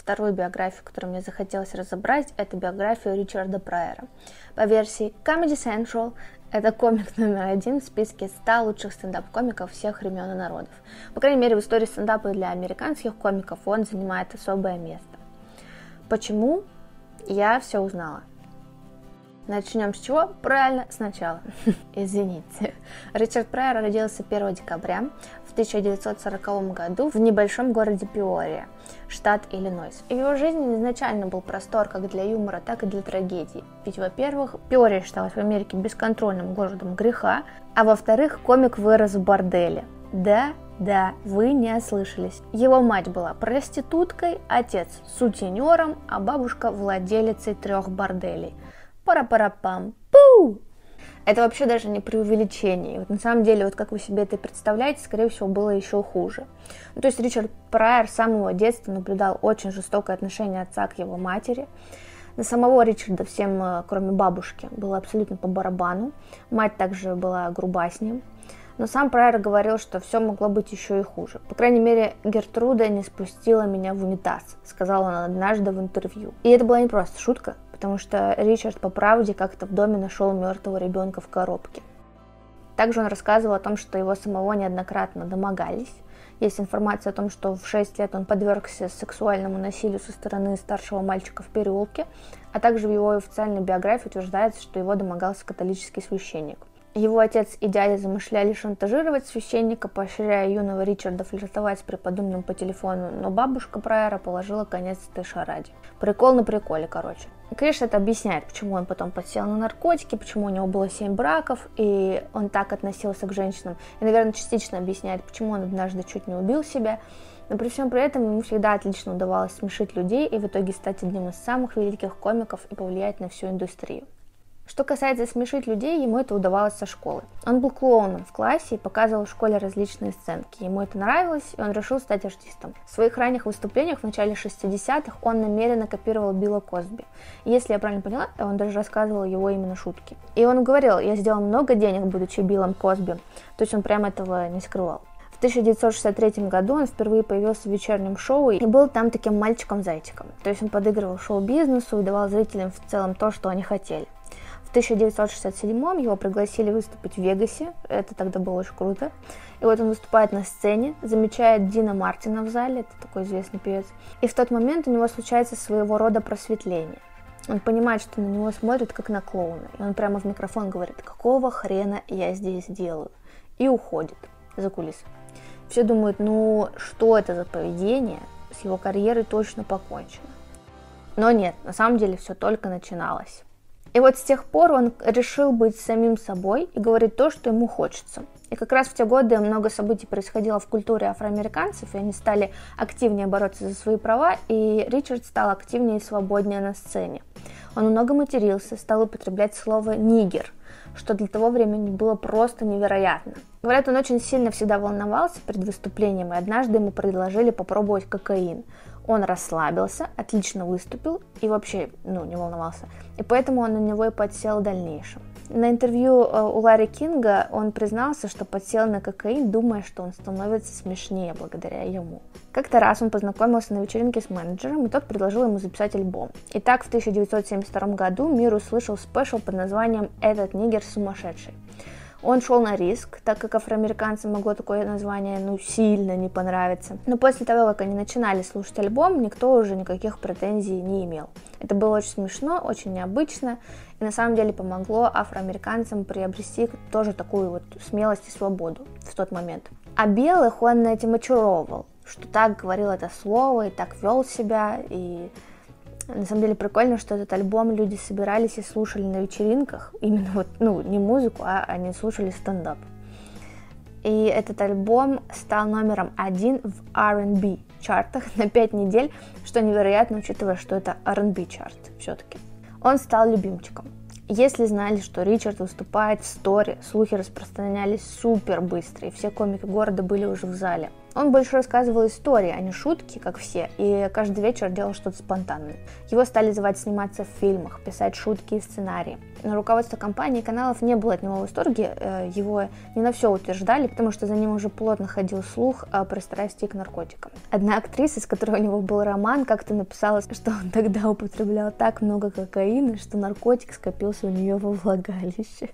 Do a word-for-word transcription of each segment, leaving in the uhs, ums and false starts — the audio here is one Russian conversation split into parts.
вторую биографию, которую мне захотелось разобрать, это биографию Ричарда Прайера. По версии Comedy Central, это комик номер один в списке ста лучших стендап-комиков всех времен и народов. По крайней мере, в истории стендапа для американских комиков он занимает особое место. Почему? Я все узнала. Начнем с чего? Правильно, сначала. Извините. Ричард Прайер родился первого декабря в тысяча девятьсот сороковом году в небольшом городе Пиория, штат Иллинойс. И в его жизни изначально был простор как для юмора, так и для трагедии. Ведь, во-первых, Пиория считалась в Америке бесконтрольным городом греха, а во-вторых, комик вырос в борделе. Да, да, вы не ослышались. Его мать была проституткой, отец сутенером, а бабушка владелицей трех борделей. Пара-пара-пам. Пу! Это вообще даже не преувеличение. Вот на самом деле, вот как вы себе это представляете, скорее всего, было еще хуже. Ну, то есть Ричард Прайер с самого детства наблюдал очень жестокое отношение отца к его матери. На самого Ричарда всем, кроме бабушки, было абсолютно по барабану. Мать также была груба с ним. Но сам Прайер говорил, что все могло быть еще и хуже. По крайней мере, Гертруда не спустила меня в унитаз, сказал он однажды в интервью. И это была не просто шутка, потому что Ричард по правде как-то в доме нашел мертвого ребенка в коробке. Также он рассказывал о том, что его самого неоднократно домогались. Есть информация о том, что в шесть лет он подвергся сексуальному насилию со стороны старшего мальчика в переулке, а также в его официальной биографии утверждается, что его домогался католический священник. Его отец и дядя замышляли шантажировать священника, поощряя юного Ричарда флиртовать с преподобным по телефону, но бабушка Прайера положила конец этой шараде. Прикол на приколе, короче. Конечно, это объясняет, почему он потом подсел на наркотики, почему у него было семь браков, и он так относился к женщинам. И, наверное, частично объясняет, почему он однажды чуть не убил себя. Но при всем при этом ему всегда отлично удавалось смешить людей и в итоге стать одним из самых великих комиков и повлиять на всю индустрию. Что касается смешить людей, ему это удавалось со школы. Он был клоуном в классе и показывал в школе различные сценки. Ему это нравилось, и он решил стать артистом. В своих ранних выступлениях в начале шестидесятых он намеренно копировал Билла Косби. И если я правильно поняла, он даже рассказывал его именно шутки. И он говорил: я сделал много денег, будучи Биллом Косби. То есть он прям этого не скрывал. В тысяча девятьсот шестьдесят третьем году он впервые появился в вечернем шоу и был там таким мальчиком-зайчиком. То есть он подыгрывал шоу-бизнесу и давал зрителям в целом то, что они хотели. В тысяча девятьсот шестьдесят седьмом его пригласили выступить в Вегасе, это тогда было очень круто. И вот он выступает на сцене, замечает Дина Мартина в зале, это такой известный певец. И в тот момент у него случается своего рода просветление. Он понимает, что на него смотрят как на клоуна, и он прямо в микрофон говорит: какого хрена я здесь делаю? И уходит за кулисы. Все думают: ну что это за поведение, с его карьерой точно покончено. Но нет, на самом деле все только начиналось. И вот с тех пор он решил быть самим собой и говорить то, что ему хочется. И как раз в те годы много событий происходило в культуре афроамериканцев, и они стали активнее бороться за свои права, и Ричард стал активнее и свободнее на сцене. Он много матерился, стал употреблять слово «нигер», что для того времени было просто невероятно. Говорят, он очень сильно всегда волновался перед выступлением, и однажды ему предложили попробовать кокаин. Он расслабился, отлично выступил и вообще, ну, не волновался. И поэтому он на него и подсел в дальнейшем. На интервью у Ларри Кинга он признался, что подсел на кокаин, думая, что он становится смешнее благодаря ему. Как-то раз он познакомился на вечеринке с менеджером, и тот предложил ему записать альбом. И так в тысяча девятьсот семьдесят втором году мир услышал спешл под названием «Этот нигер сумасшедший». Он шел на риск, так как афроамериканцам могло такое название, ну, сильно не понравиться. Но после того, как они начинали слушать альбом, никто уже никаких претензий не имел. Это было очень смешно, очень необычно, и на самом деле помогло афроамериканцам приобрести тоже такую вот смелость и свободу в тот момент. А белых он этим очаровывал, что так говорил это слово и так вел себя, и... На самом деле прикольно, что этот альбом люди собирались и слушали на вечеринках, именно вот, ну, не музыку, а они слушали стендап. И этот альбом стал номером один в ар энд би чартах на пять недель, что невероятно, учитывая, что это ар энд би чарт все-таки. Он стал любимчиком. Если знали, что Ричард выступает в Сторе, слухи распространялись супер быстро, и все комики города были уже в зале. Он больше рассказывал истории, а не шутки, как все, и каждый вечер делал что-то спонтанное. Его стали звать сниматься в фильмах, писать шутки и сценарии. Но руководство компании и каналов не было от него в восторге, его не на все утверждали, потому что за ним уже плотно ходил слух о пристрастии к наркотикам. Одна актриса, с которой у него был роман, как-то написала, что он тогда употреблял так много кокаина, что наркотик скопился у нее во влагалище.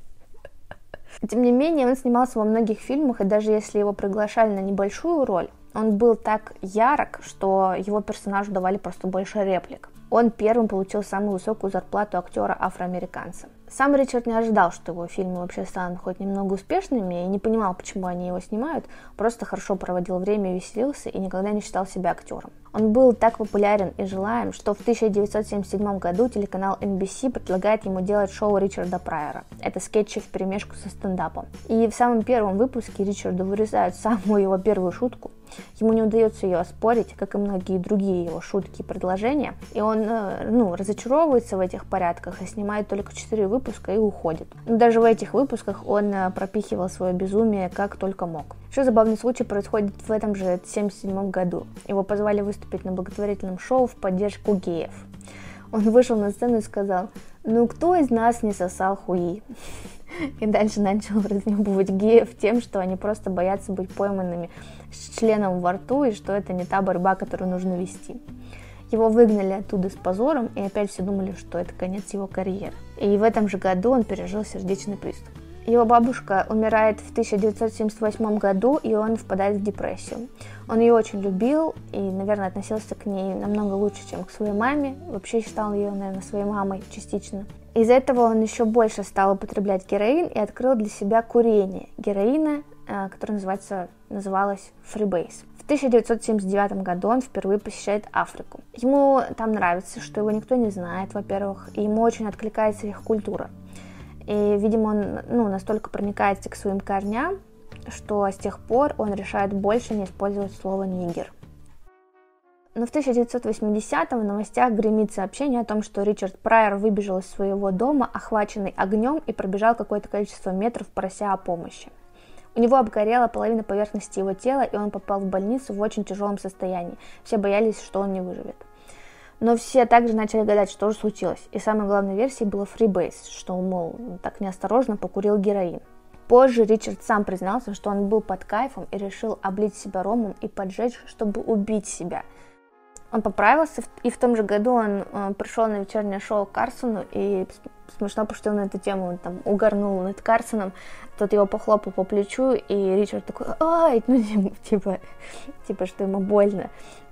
Тем не менее, он снимался во многих фильмах, и даже если его приглашали на небольшую роль, он был так ярок, что его персонажу давали просто больше реплик. Он первым получил самую высокую зарплату актера-афроамериканца. Сам Ричард не ожидал, что его фильмы вообще станут хоть немного успешными, и не понимал, почему они его снимают, просто хорошо проводил время, веселился и никогда не считал себя актером. Он был так популярен и желаем, что в тысяча девятьсот семьдесят седьмом году телеканал эн би си предлагает ему делать шоу Ричарда Прайера. Это скетчи вперемешку со стендапом. И в самом первом выпуске Ричарду вырезают самую его первую шутку. Ему не удается ее оспорить, как и многие другие его шутки и предложения. И он ну, разочаровывается в этих порядках и снимает только четыре выпуска и уходит. Но даже в этих выпусках он пропихивал свое безумие как только мог. Еще забавный случай происходит в этом же семьдесят седьмом году. Его позвали выступить на благотворительном шоу в поддержку геев. Он вышел на сцену и сказал: «Ну кто из нас не сосал хуи?» И дальше начал разнюбывать геев тем, что они просто боятся быть пойманными с членом во рту, и что это не та борьба, которую нужно вести. Его выгнали оттуда с позором, и опять все думали, что это конец его карьеры. И в этом же году он пережил сердечный приступ. Его бабушка умирает в тысяча девятьсот семьдесят восьмом году, и он впадает в депрессию. Он ее очень любил и, наверное, относился к ней намного лучше, чем к своей маме. Вообще считал ее, наверное, своей мамой частично. Из-за этого он еще больше стал употреблять героин и открыл для себя курение героина, которое называется, называлось Freebase. В тысяча девятьсот семьдесят девятом году он впервые посещает Африку. Ему там нравится, что его никто не знает, во-первых, и ему очень откликается их культура. И, видимо, он ну, настолько проникается к своим корням, что с тех пор он решает больше не использовать слово «нигер». Но в тысяча девятьсот восьмидесятом в новостях гремит сообщение о том, что Ричард Прайер выбежал из своего дома, охваченный огнем, и пробежал какое-то количество метров, прося о помощи. У него обгорела половина поверхности его тела, и он попал в больницу в очень тяжелом состоянии. Все боялись, что он не выживет. Но все также начали гадать, что же случилось. И самой главной версией было Freebase, что, мол, так неосторожно покурил героин. Позже Ричард сам признался, что он был под кайфом и решил облить себя ромом и поджечь, чтобы убить себя. Он поправился, и в том же году он э, пришел на вечернее шоу к Карсону и смешно пошутил на эту тему, он там угорнул над Карсоном, тот его похлопал по плечу, и Ричард такой: «Ай!» Ну, типа, типа, что ему больно.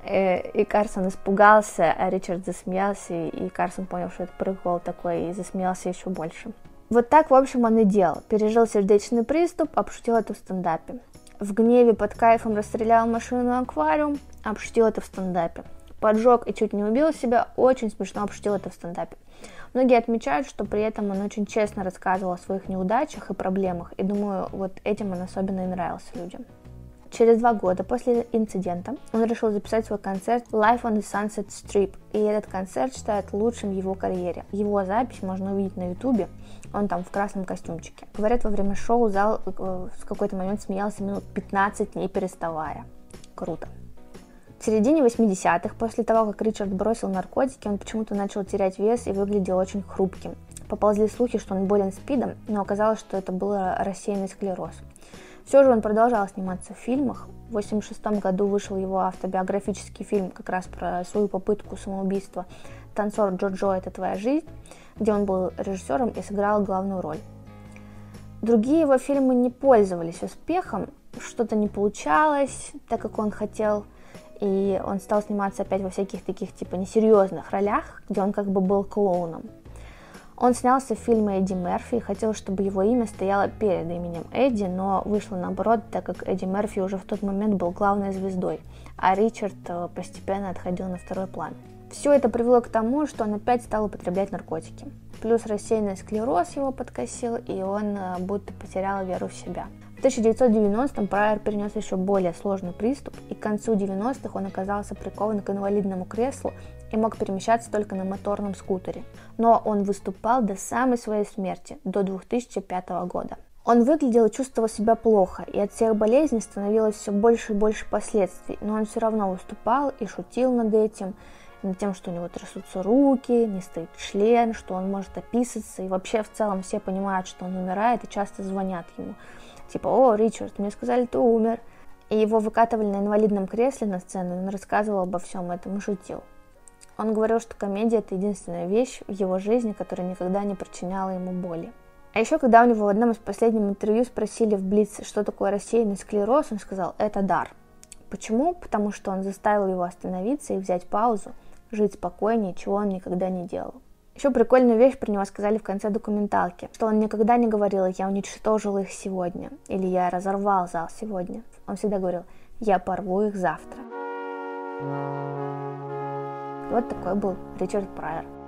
И Карсон испугался, а Ричард засмеялся, и Карсон понял, что это прикол такой, и засмеялся еще больше. Вот так, в общем, он и делал. Пережил сердечный приступ, а пошутил это в стендапе. В гневе под кайфом расстрелял машину-аквариум, а пошутил это в стендапе. Поджег и чуть не убил себя, очень смешно пошутил это в стендапе. Многие отмечают, что при этом он очень честно рассказывал о своих неудачах и проблемах, и думаю, вот этим он особенно и нравился людям. Через два года после инцидента он решил записать свой концерт Live on the Sunset Strip, и этот концерт считают лучшим в его карьере. Его запись можно увидеть на ютубе, он там в красном костюмчике. Говорят, во время шоу зал в какой-то момент смеялся минут пятнадцать, не переставая. Круто. В середине восьмидесятых, после того, как Ричард бросил наркотики, он почему-то начал терять вес и выглядел очень хрупким. Поползли слухи, что он болен СПИДом, но оказалось, что это был рассеянный склероз. Все же он продолжал сниматься в фильмах. В восемьдесят шестом году вышел его автобиографический фильм как раз про свою попытку самоубийства «Танцор Джо-Джо, это твоя жизнь», где он был режиссером и сыграл главную роль. Другие его фильмы не пользовались успехом, что-то не получалось так, как он хотел, и он стал сниматься опять во всяких таких типа несерьезных ролях, где он как бы был клоуном. Он снялся в фильме Эдди Мерфи и хотел, чтобы его имя стояло перед именем Эдди, но вышло наоборот, так как Эдди Мерфи уже в тот момент был главной звездой, а Ричард постепенно отходил на второй план. Все это привело к тому, что он опять стал употреблять наркотики. Плюс рассеянный склероз его подкосил, и он будто потерял веру в себя. В тысяча девятьсот девяностом Прайер перенес еще более сложный приступ, и к концу девяностых он оказался прикован к инвалидному креслу и мог перемещаться только на моторном скутере. Но он выступал до самой своей смерти, до две тысячи пятого года. Он выглядел и чувствовал себя плохо, и от всех болезней становилось все больше и больше последствий, но он все равно выступал и шутил над этим, над тем, что у него трясутся руки, не стоит член, что он может описаться, и вообще в целом все понимают, что он умирает, и часто звонят ему. Типа: «О, Ричард, мне сказали, ты умер». И его выкатывали на инвалидном кресле на сцену, и он рассказывал обо всем этом и шутил. Он говорил, что комедия – это единственная вещь в его жизни, которая никогда не причиняла ему боли. А еще, когда у него в одном из последних интервью спросили в Блиц, что такое рассеянный склероз, он сказал: «Это дар». Почему? Потому что он заставил его остановиться и взять паузу, жить спокойнее, чего он никогда не делал. Еще прикольную вещь про него сказали в конце документалки, что он никогда не говорил: «Я уничтожил их сегодня» или «Я разорвал зал сегодня». Он всегда говорил: «Я порву их завтра». Вот такой был Ричард Прайер.